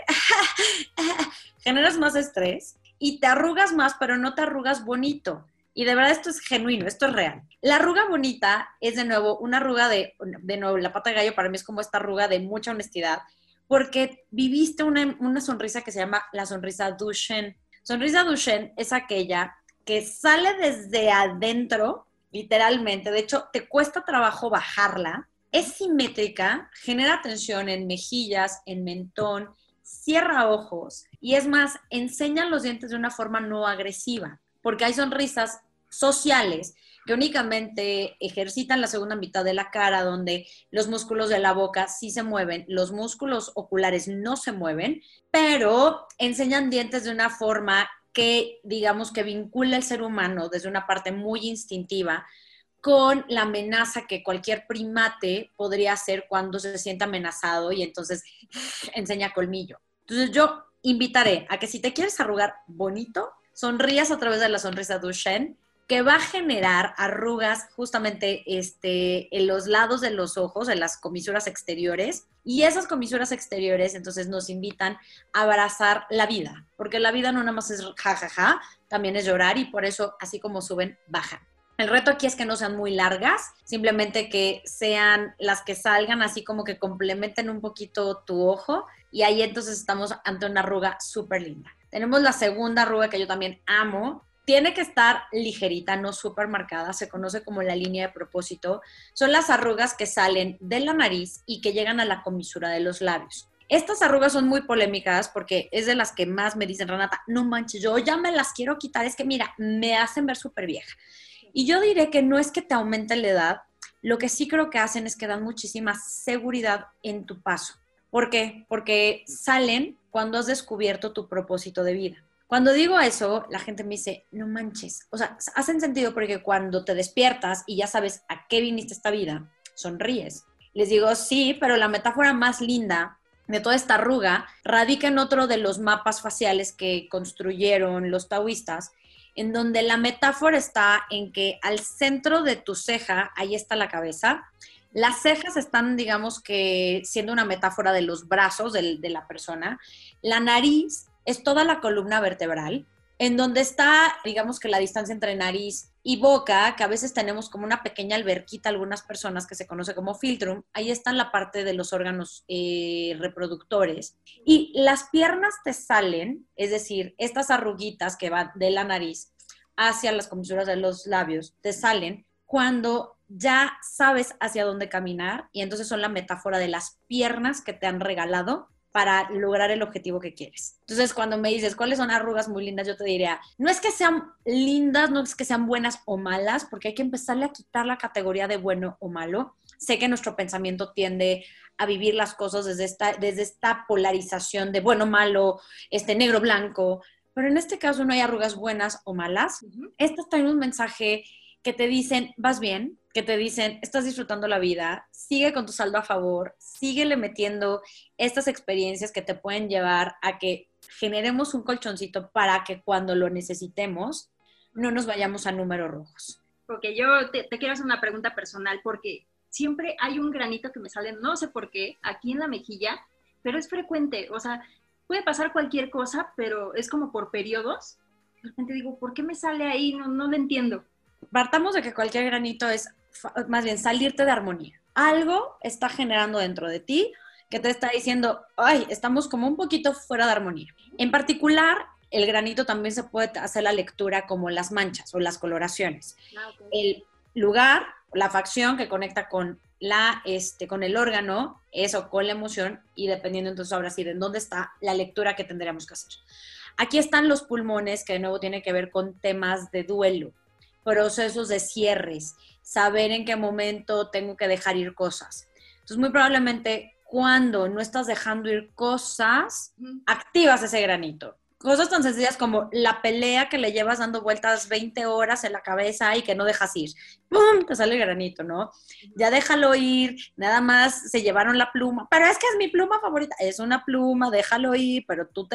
generas más estrés y te arrugas más, pero no te arrugas bonito. Y de verdad esto es genuino, esto es real. La arruga bonita es de nuevo una arruga de, de nuevo, la pata de gallo para mí es como esta arruga de mucha honestidad, porque viviste una, una sonrisa que se llama la sonrisa Duchenne. Sonrisa Duchenne es aquella que sale desde adentro, literalmente, de hecho, te cuesta trabajo bajarla, es simétrica, genera tensión en mejillas, en mentón, cierra ojos y es más, enseña los dientes de una forma no agresiva, porque hay sonrisas sociales que únicamente ejercitan la segunda mitad de la cara, donde los músculos de la boca sí se mueven, los músculos oculares no se mueven, pero enseñan dientes de una forma que, digamos, que vincula al ser humano desde una parte muy instintiva con la amenaza que cualquier primate podría hacer cuando se siente amenazado y entonces enseña colmillo. Entonces yo invitaré a que si te quieres arrugar bonito, sonrías a través de la sonrisa Duchenne, que va a generar arrugas justamente este, en los lados de los ojos, en las comisuras exteriores, y esas comisuras exteriores entonces nos invitan a abrazar la vida, porque la vida no nada más es jajaja, ja, ja, también es llorar y por eso así como suben, bajan. El reto aquí es que no sean muy largas, simplemente que sean las que salgan así como que complementen un poquito tu ojo y ahí entonces estamos ante una arruga súper linda. Tenemos la segunda arruga que yo también amo. Tiene que estar ligerita, no súper marcada, se conoce como la línea de propósito. Son las arrugas que salen de la nariz y que llegan a la comisura de los labios. Estas arrugas son muy polémicas porque es de las que más me dicen, Renata, no manches, yo ya me las quiero quitar, es que mira, me hacen ver súper vieja. Y yo diré que no es que te aumente la edad, lo que sí creo que hacen es que dan muchísima seguridad en tu paso. ¿Por qué? Porque salen cuando has descubierto tu propósito de vida. Cuando digo eso, la gente me dice, no manches. O sea, hacen sentido porque cuando te despiertas y ya sabes a qué viniste esta vida, sonríes. Les digo, sí, pero la metáfora más linda de toda esta arruga radica en otro de los mapas faciales que construyeron los taoístas, en donde la metáfora está en que al centro de tu ceja, ahí está la cabeza. Las cejas están, digamos que, siendo una metáfora de los brazos de, de la persona. La nariz es toda la columna vertebral, en donde está, digamos que la distancia entre nariz y boca, que a veces tenemos como una pequeña alberquita, algunas personas que se conoce como filtrum, ahí está la parte de los órganos eh, reproductores. Y las piernas te salen, es decir, estas arruguitas que van de la nariz hacia las comisuras de los labios, te salen cuando ya sabes hacia dónde caminar y entonces son la metáfora de las piernas que te han regalado para lograr el objetivo que quieres. Entonces, cuando me dices, ¿cuáles son arrugas muy lindas? Yo te diría, no es que sean lindas, no es que sean buenas o malas, porque hay que empezarle a quitar la categoría de bueno o malo. Sé que nuestro pensamiento tiende a vivir las cosas desde esta, desde esta polarización de bueno, malo, este, negro, blanco, pero en este caso no hay arrugas buenas o malas. Uh-huh. Estas traen un mensaje que te dicen, vas bien, que te dicen, estás disfrutando la vida, sigue con tu saldo a favor, síguele metiendo estas experiencias que te pueden llevar a que generemos un colchoncito para que cuando lo necesitemos no nos vayamos a números rojos. Porque yo te, te quiero hacer una pregunta personal, porque siempre hay un granito que me sale, no sé por qué, aquí en la mejilla, pero es frecuente, o sea, puede pasar cualquier cosa, pero es como por periodos. De repente digo, ¿por qué me sale ahí? No, no lo entiendo. Partamos de que cualquier granito es más bien salirte de armonía. Algo está generando dentro de ti que te está diciendo, ay, estamos como un poquito fuera de armonía. En particular, el granito también se puede hacer la lectura como las manchas o las coloraciones. Ah, okay. El lugar, la facción que conecta con, la, este, con el órgano, eso con la emoción, y dependiendo entonces ahora sí de en dónde está la lectura que tendríamos que hacer. Aquí están los pulmones, que de nuevo tiene que ver con temas de duelo, procesos de cierres, saber en qué momento tengo que dejar ir cosas. Entonces, muy probablemente cuando no estás dejando ir cosas, activas ese granito. Cosas tan sencillas como la pelea que le llevas dando vueltas veinte horas en la cabeza y que no dejas ir. ¡Pum! Te sale el granito, ¿no? Ya déjalo ir, nada más se llevaron la pluma. Pero es que es mi pluma favorita. Es una pluma, déjalo ir, pero tú te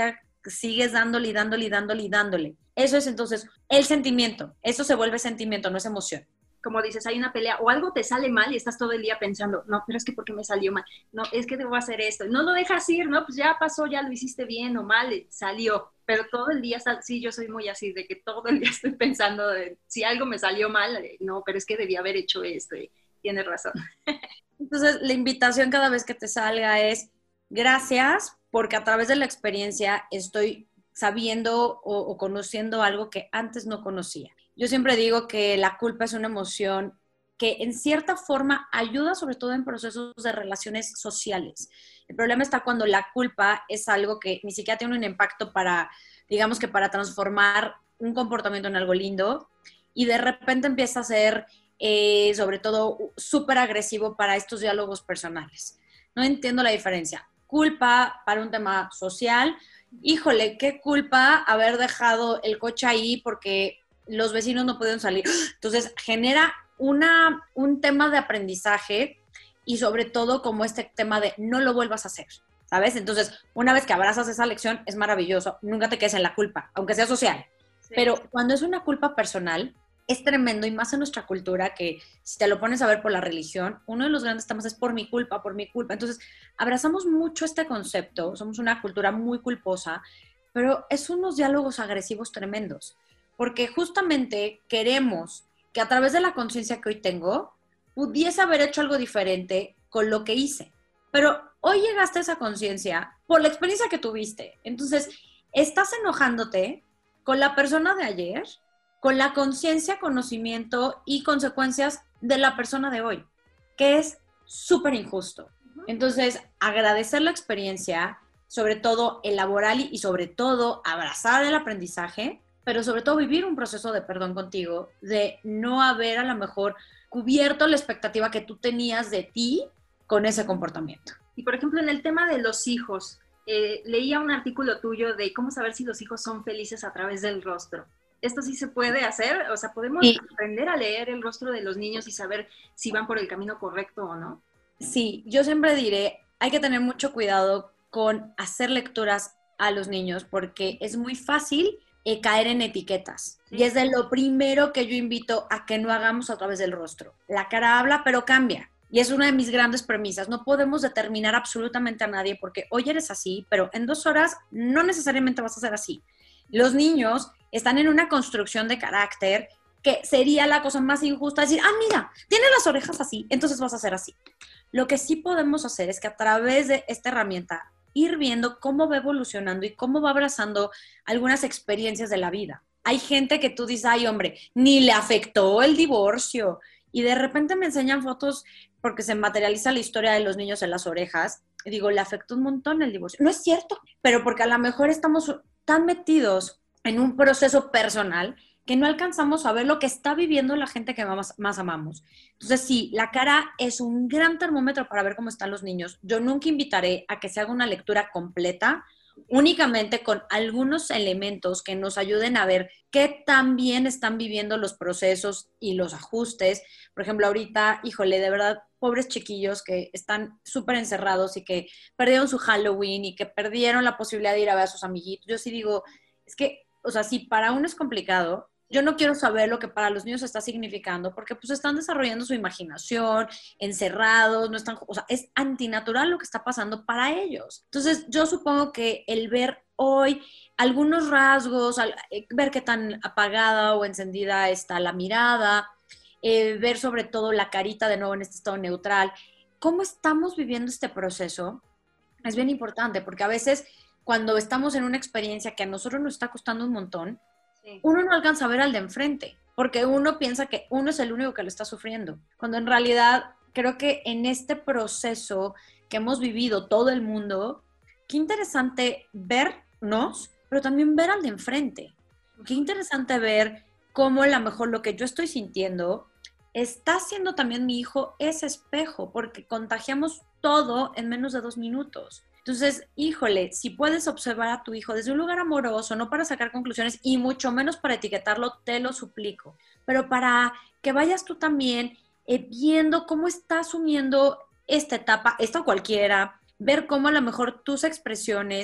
sigues dándole y dándole y dándole y dándole. Eso es entonces el sentimiento. Eso se vuelve sentimiento, no es emoción. Como dices, hay una pelea o algo te sale mal y estás todo el día pensando, no, pero es que ¿por qué me salió mal? No, es que debo hacer esto. No lo dejas ir, no, pues ya pasó, ya lo hiciste bien o mal, salió. Pero todo el día, sí, yo soy muy así, de que todo el día estoy pensando, de, si algo me salió mal, no, pero es que debí haber hecho esto. Y tienes razón. Entonces, la invitación cada vez que te salga es, gracias, porque a través de la experiencia estoy sabiendo o, o conociendo algo que antes no conocía. Yo siempre digo que la culpa es una emoción que en cierta forma ayuda sobre todo en procesos de relaciones sociales. El problema está cuando la culpa es algo que ni siquiera tiene un impacto para, digamos que para transformar un comportamiento en algo lindo y de repente empieza a ser, eh, sobre todo, súper agresivo para estos diálogos personales. No entiendo la diferencia. Culpa para un tema social, híjole, qué culpa haber dejado el coche ahí porque los vecinos no pudieron salir. Entonces, genera una, un tema de aprendizaje y sobre todo como este tema de no lo vuelvas a hacer, ¿sabes? Entonces, una vez que abrazas esa lección, es maravilloso. Nunca te quedes en la culpa, aunque sea social. Sí. Pero cuando es una culpa personal, es tremendo y más en nuestra cultura que si te lo pones a ver por la religión, uno de los grandes temas es por mi culpa, por mi culpa. Entonces, abrazamos mucho este concepto, somos una cultura muy culposa, pero es unos diálogos agresivos tremendos. Porque justamente queremos que a través de la conciencia que hoy tengo, pudiese haber hecho algo diferente con lo que hice. Pero hoy llegaste a esa conciencia por la experiencia que tuviste. Entonces, estás enojándote con la persona de ayer, con la conciencia, conocimiento y consecuencias de la persona de hoy, que es súper injusto. Entonces, agradecer la experiencia, sobre todo elaborar y sobre todo abrazar el aprendizaje, pero sobre todo vivir un proceso de perdón contigo, de no haber a lo mejor cubierto la expectativa que tú tenías de ti con ese comportamiento. Y por ejemplo, en el tema de los hijos, eh, leía un artículo tuyo de cómo saber si los hijos son felices a través del rostro. ¿Esto sí se puede hacer? O sea, ¿podemos sí. aprender a leer el rostro de los niños y saber si van por el camino correcto o no? Sí, yo siempre diré, hay que tener mucho cuidado con hacer lecturas a los niños porque es muy fácil Eh, caer en etiquetas. Sí. Y es de lo primero que yo invito a que no hagamos a través del rostro. La cara habla, pero cambia. Y es una de mis grandes premisas. No podemos determinar absolutamente a nadie porque hoy eres así, pero en dos horas no necesariamente vas a ser así. Los niños están en una construcción de carácter que sería la cosa más injusta decir, ah, mira, tienes las orejas así, entonces vas a ser así. Lo que sí podemos hacer es que a través de esta herramienta ir viendo cómo va evolucionando y cómo va abrazando algunas experiencias de la vida. Hay gente que tú dices, ay, hombre, ni le afectó el divorcio. Y de repente me enseñan fotos porque se materializa la historia de los niños en las orejas. Y digo, le afectó un montón el divorcio. No es cierto, pero porque a lo mejor estamos tan metidos en un proceso personal que no alcanzamos a ver lo que está viviendo la gente que más, más amamos. Entonces, sí, la cara es un gran termómetro para ver cómo están los niños. Yo nunca invitaré a que se haga una lectura completa, únicamente con algunos elementos que nos ayuden a ver qué tan bien están viviendo los procesos y los ajustes. Por ejemplo, ahorita, híjole, de verdad, pobres chiquillos que están súper encerrados y que perdieron su Halloween y que perdieron la posibilidad de ir a ver a sus amiguitos. Yo sí digo, es que, o sea, si para uno es complicado, yo no quiero saber lo que para los niños está significando, porque pues están desarrollando su imaginación, encerrados, no están, o sea, es antinatural lo que está pasando para ellos. Entonces, yo supongo que el ver hoy algunos rasgos, ver qué tan apagada o encendida está la mirada, eh, ver sobre todo la carita de nuevo en este estado neutral, cómo estamos viviendo este proceso, es bien importante, porque a veces cuando estamos en una experiencia que a nosotros nos está costando un montón, uno no alcanza a ver al de enfrente, porque uno piensa que uno es el único que lo está sufriendo, cuando en realidad creo que en este proceso que hemos vivido todo el mundo, qué interesante vernos, pero también ver al de enfrente. Qué interesante ver cómo a lo mejor lo que yo estoy sintiendo está siendo también mi hijo ese espejo, porque contagiamos todo en menos de dos minutos. Entonces, híjole, si puedes observar a tu hijo desde un lugar amoroso, no para sacar conclusiones y mucho menos para etiquetarlo, te lo suplico, pero para que vayas tú también eh, viendo cómo está asumiendo esta etapa, esta cualquiera, ver cómo a lo mejor tus expresiones,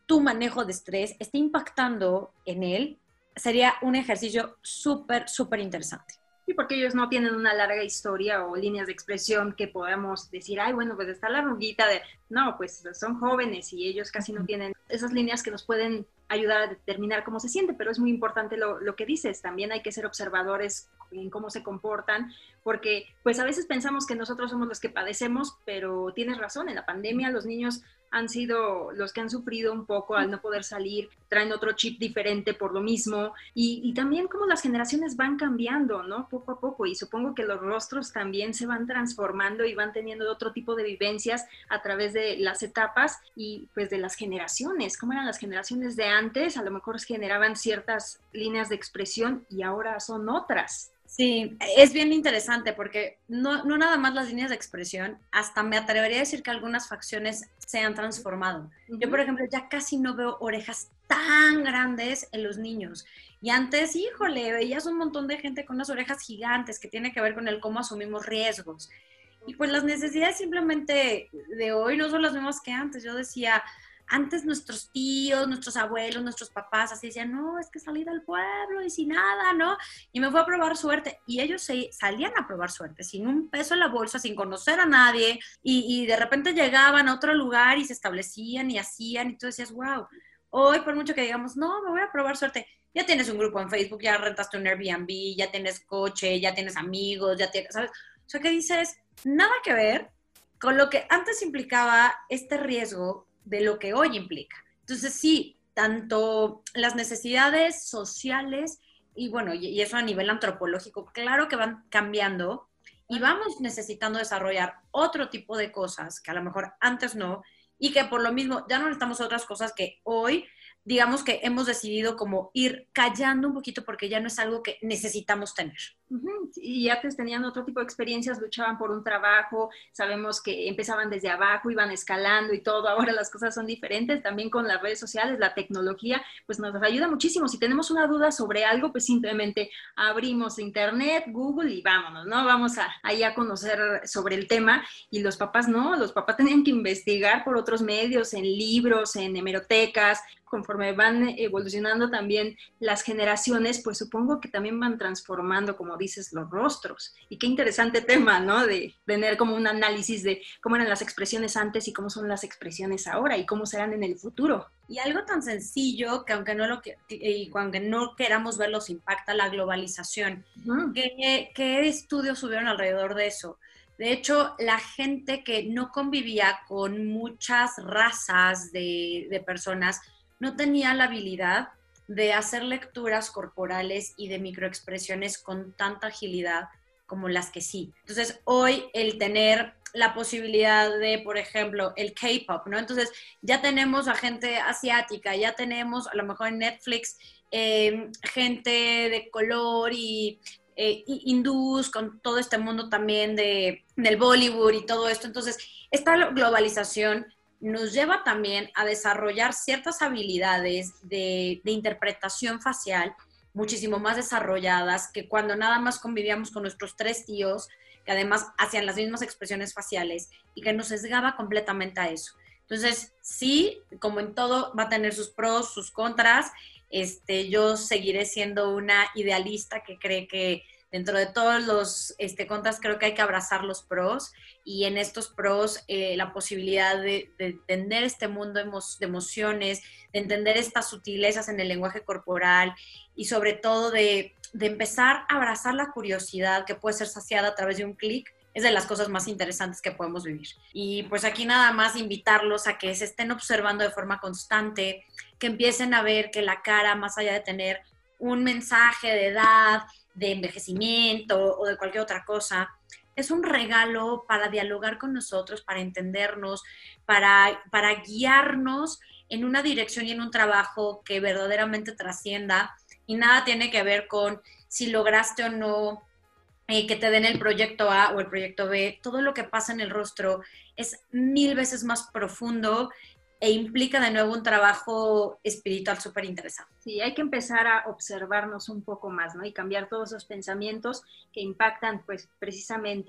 tu manejo de estrés esté impactando en él, sería un ejercicio súper, súper interesante. Sí, porque ellos no tienen una larga historia o líneas de expresión que podamos decir, ay, bueno, pues está la arruguita de... No, pues son jóvenes y ellos casi no tienen esas líneas que nos pueden ayudar a determinar cómo se siente, pero es muy importante lo, lo que dices. También hay que ser observadores en cómo se comportan, porque pues a veces pensamos que nosotros somos los que padecemos, pero tienes razón, en la pandemia los niños han sido los que han sufrido un poco al no poder salir, traen otro chip diferente por lo mismo, y, y también como las generaciones van cambiando, ¿no? Poco a poco, y supongo que los rostros también se van transformando y van teniendo otro tipo de vivencias a través de las etapas y pues de las generaciones. ¿Cómo eran las generaciones de antes? A lo mejor generaban ciertas líneas de expresión y ahora son otras. Sí, es bien interesante porque no, no nada más las líneas de expresión, hasta me atrevería a decir que algunas facciones se han transformado. Uh-huh. Yo, por ejemplo, ya casi no veo orejas tan grandes en los niños. Y antes, híjole, veías un montón de gente con unas orejas gigantes que tiene que ver con el cómo asumimos riesgos. Y pues las necesidades simplemente de hoy no son las mismas que antes. Yo decía... Antes nuestros tíos, nuestros abuelos, nuestros papás así decían, no, es que salí del pueblo y sin nada, ¿no? Y me fui a probar suerte. Y ellos se, salían a probar suerte, sin un peso en la bolsa, sin conocer a nadie. Y, y de repente llegaban a otro lugar y se establecían y hacían. Y tú decías, wow, hoy por mucho que digamos, no, me voy a probar suerte. Ya tienes un grupo en Facebook, ya rentaste un Airbnb, ya tienes coche, ya tienes amigos, ya tienes, ¿sabes? O sea, que dices, nada que ver con lo que antes implicaba este riesgo de lo que hoy implica. Entonces sí, tanto las necesidades sociales y bueno, y eso a nivel antropológico, claro que van cambiando y vamos necesitando desarrollar otro tipo de cosas que a lo mejor antes no y que por lo mismo ya no necesitamos otras cosas que hoy, digamos que hemos decidido como ir callando un poquito porque ya no es algo que necesitamos tener. Uh-huh. Y antes tenían otro tipo de experiencias, luchaban por un trabajo, sabemos que empezaban desde abajo, iban escalando y todo, ahora las cosas son diferentes, también con las redes sociales, la tecnología, pues nos ayuda muchísimo. Si tenemos una duda sobre algo, pues simplemente abrimos internet, Google y vámonos, ¿no? Vamos a, ahí a conocer sobre el tema y los papás no, los papás tenían que investigar por otros medios, en libros, en hemerotecas. Conforme van evolucionando también las generaciones, pues supongo que también van transformando, como dices, los rostros. Y qué interesante tema, ¿no? De tener como un análisis de cómo eran las expresiones antes y cómo son las expresiones ahora y cómo serán en el futuro. Y algo tan sencillo que aunque no lo que, y aunque no queramos verlo, impacta la globalización. Uh-huh. ¿Qué, qué estudios subieron alrededor de eso? De hecho, la gente que no convivía con muchas razas de, de personas no tenía la habilidad de hacer lecturas corporales y de microexpresiones con tanta agilidad como las que sí. Entonces, hoy el tener la posibilidad de, por ejemplo, el K-pop, ¿no? Entonces, ya tenemos a gente asiática, ya tenemos a lo mejor en Netflix eh, gente de color y eh, hindús, con todo este mundo también de, del Bollywood y todo esto. Entonces, esta globalización nos lleva también a desarrollar ciertas habilidades de, de interpretación facial muchísimo más desarrolladas que cuando nada más convivíamos con nuestros tres tíos, que además hacían las mismas expresiones faciales y que nos sesgaba completamente a eso. Entonces, sí, como en todo, va a tener sus pros, sus contras. Este, yo seguiré siendo una idealista que cree que dentro de todos los este, contras creo que hay que abrazar los pros y en estos pros eh, la posibilidad de, de entender este mundo emo- de emociones, de entender estas sutilezas en el lenguaje corporal y sobre todo de, de empezar a abrazar la curiosidad que puede ser saciada a través de un clic, es de las cosas más interesantes que podemos vivir. Y pues aquí nada más invitarlos a que se estén observando de forma constante, que empiecen a ver que la cara, más allá de tener un mensaje de edad, de envejecimiento o de cualquier otra cosa, es un regalo para dialogar con nosotros, para entendernos, para, para guiarnos en una dirección y en un trabajo que verdaderamente trascienda y nada tiene que ver con si lograste o no eh, que te den el proyecto A o el proyecto B. Todo lo que pasa en el rostro es mil veces más profundo e implica de nuevo un trabajo espiritual súper interesante. Sí, hay que empezar a observarnos un poco más, ¿no? Y cambiar todos esos pensamientos que impactan, pues, precisamente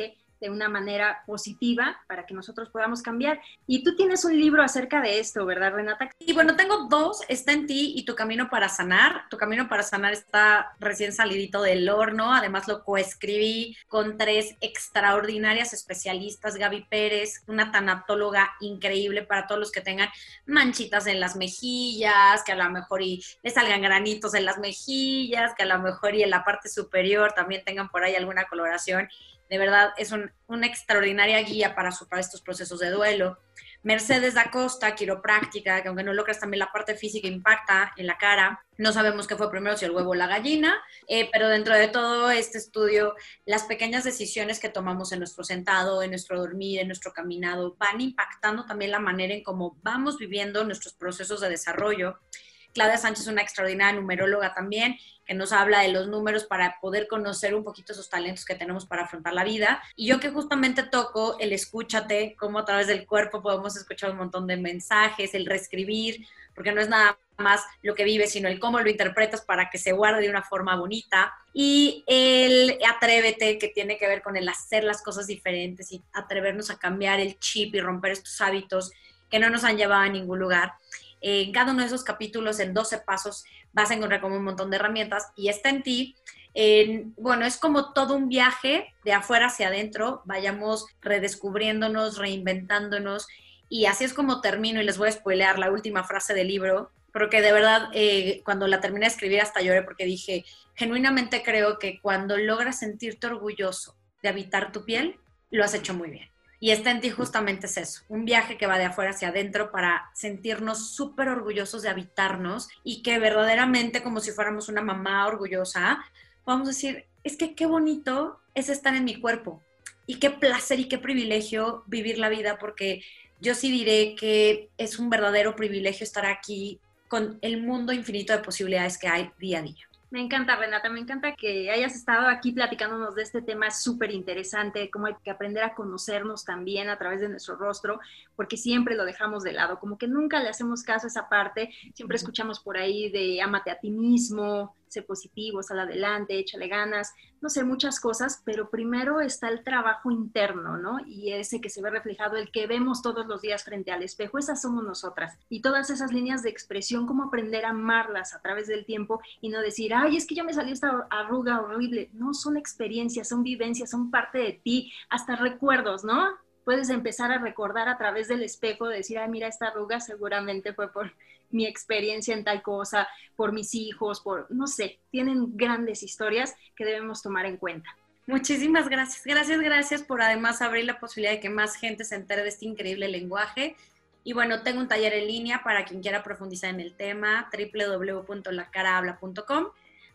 de una manera positiva para que nosotros podamos cambiar. Y tú tienes un libro acerca de esto, ¿verdad, Renata? Y bueno, tengo dos, Está en ti y Tu camino para sanar. Tu camino para sanar está recién salidito del horno, además lo coescribí con tres extraordinarias especialistas, Gaby Pérez, una tanatóloga increíble para todos los que tengan manchitas en las mejillas, que a lo mejor y les salgan granitos en las mejillas, que a lo mejor y en la parte superior también tengan por ahí alguna coloración. De verdad, es un, una extraordinaria guía para superar estos procesos de duelo. Mercedes da Costa, quiropráctica, que aunque no lo creas, también la parte física impacta en la cara. No sabemos qué fue primero, si el huevo o la gallina, eh, pero dentro de todo este estudio, las pequeñas decisiones que tomamos en nuestro sentado, en nuestro dormir, en nuestro caminado, van impactando también la manera en cómo vamos viviendo nuestros procesos de desarrollo. Claudia Sánchez, una extraordinaria numeróloga también, que nos habla de los números para poder conocer un poquito esos talentos que tenemos para afrontar la vida. Y yo que justamente toco el escúchate, cómo a través del cuerpo podemos escuchar un montón de mensajes, el reescribir, porque no es nada más lo que vives, sino el cómo lo interpretas para que se guarde de una forma bonita. Y el atrévete, que tiene que ver con el hacer las cosas diferentes y atrevernos a cambiar el chip y romper estos hábitos que no nos han llevado a ningún lugar. En cada uno de esos capítulos, en doce pasos, vas a encontrar como un montón de herramientas y Está en ti. Eh, bueno, es como todo un viaje de afuera hacia adentro, vayamos redescubriéndonos, reinventándonos y así es como termino y les voy a spoilear la última frase del libro, porque de verdad eh, cuando la terminé de escribir hasta lloré porque dije, genuinamente creo que cuando logras sentirte orgulloso de habitar tu piel, lo has hecho muy bien. Y Está en ti justamente es eso, un viaje que va de afuera hacia adentro para sentirnos súper orgullosos de habitarnos y que verdaderamente, como si fuéramos una mamá orgullosa, vamos a decir, es que qué bonito es estar en mi cuerpo y qué placer y qué privilegio vivir la vida, porque yo sí diré que es un verdadero privilegio estar aquí con el mundo infinito de posibilidades que hay día a día. Me encanta, Renata, me encanta que hayas estado aquí platicándonos de este tema súper interesante, cómo hay que aprender a conocernos también a través de nuestro rostro, porque siempre lo dejamos de lado, como que nunca le hacemos caso a esa parte, siempre escuchamos por ahí de ámate a ti mismo, sé positivo, sal adelante, échale ganas, no sé, muchas cosas, pero primero está el trabajo interno, ¿no? Y ese que se ve reflejado, el que vemos todos los días frente al espejo, esas somos nosotras. Y todas esas líneas de expresión, cómo aprender a amarlas a través del tiempo y no decir, ay, es que yo me salió esta arruga horrible. No, son experiencias, son vivencias, son parte de ti, hasta recuerdos, ¿no? Puedes empezar a recordar a través del espejo, decir, ay, mira, esta arruga seguramente fue por mi experiencia en tal cosa, por mis hijos, por, no sé, tienen grandes historias que debemos tomar en cuenta. Muchísimas gracias, gracias, gracias por además abrir la posibilidad de que más gente se entere de este increíble lenguaje. Y bueno, tengo un taller en línea para quien quiera profundizar en el tema, doble u doble u doble u punto la cara habla punto com.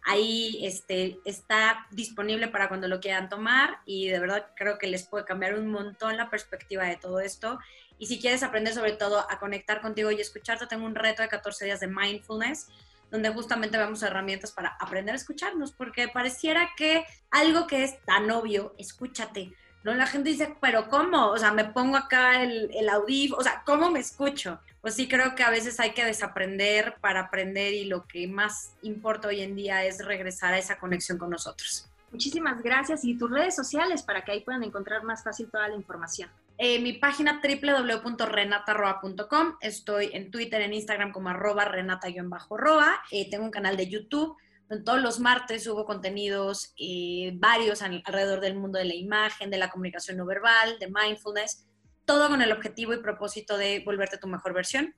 Ahí este, está disponible para cuando lo quieran tomar y de verdad creo que les puede cambiar un montón la perspectiva de todo esto. Y si quieres aprender sobre todo a conectar contigo y escucharte, tengo un reto de catorce días de mindfulness, donde justamente vemos herramientas para aprender a escucharnos, porque pareciera que algo que es tan obvio, escúchate, ¿no? La gente dice, ¿pero cómo? O sea, me pongo acá el, el audífono, o sea, ¿cómo me escucho? Pues sí, creo que a veces hay que desaprender para aprender y lo que más importa hoy en día es regresar a esa conexión con nosotros. Muchísimas gracias. Y tus redes sociales para que ahí puedan encontrar más fácil toda la información. Eh, mi página doble u doble u doble u punto renata roa punto com. Estoy en Twitter, en Instagram como arroba renata-roa. Eh, tengo un canal de YouTube donde todos los martes subo contenidos eh, varios alrededor del mundo de la imagen, de la comunicación no verbal, de mindfulness, todo con el objetivo y propósito de volverte tu mejor versión.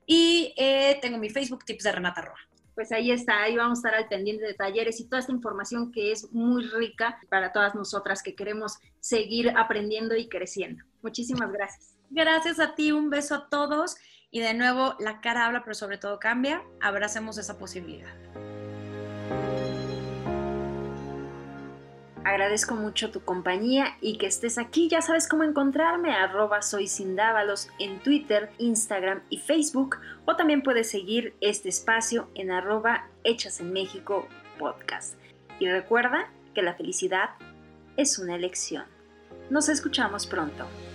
Y eh, tengo mi Facebook, Tips de Renata Roa. Pues ahí está, ahí vamos a estar al pendiente de talleres y toda esta información que es muy rica para todas nosotras que queremos seguir aprendiendo y creciendo. Muchísimas gracias. Gracias a ti, un beso a todos y de nuevo, la cara habla, pero sobre todo cambia. Abracemos esa posibilidad. Agradezco mucho tu compañía y que estés aquí. Ya sabes cómo encontrarme, arroba soy Sindávalos en Twitter, Instagram y Facebook, o también puedes seguir este espacio en arroba Hechas en México Podcast. Y recuerda que la felicidad es una elección. Nos escuchamos pronto.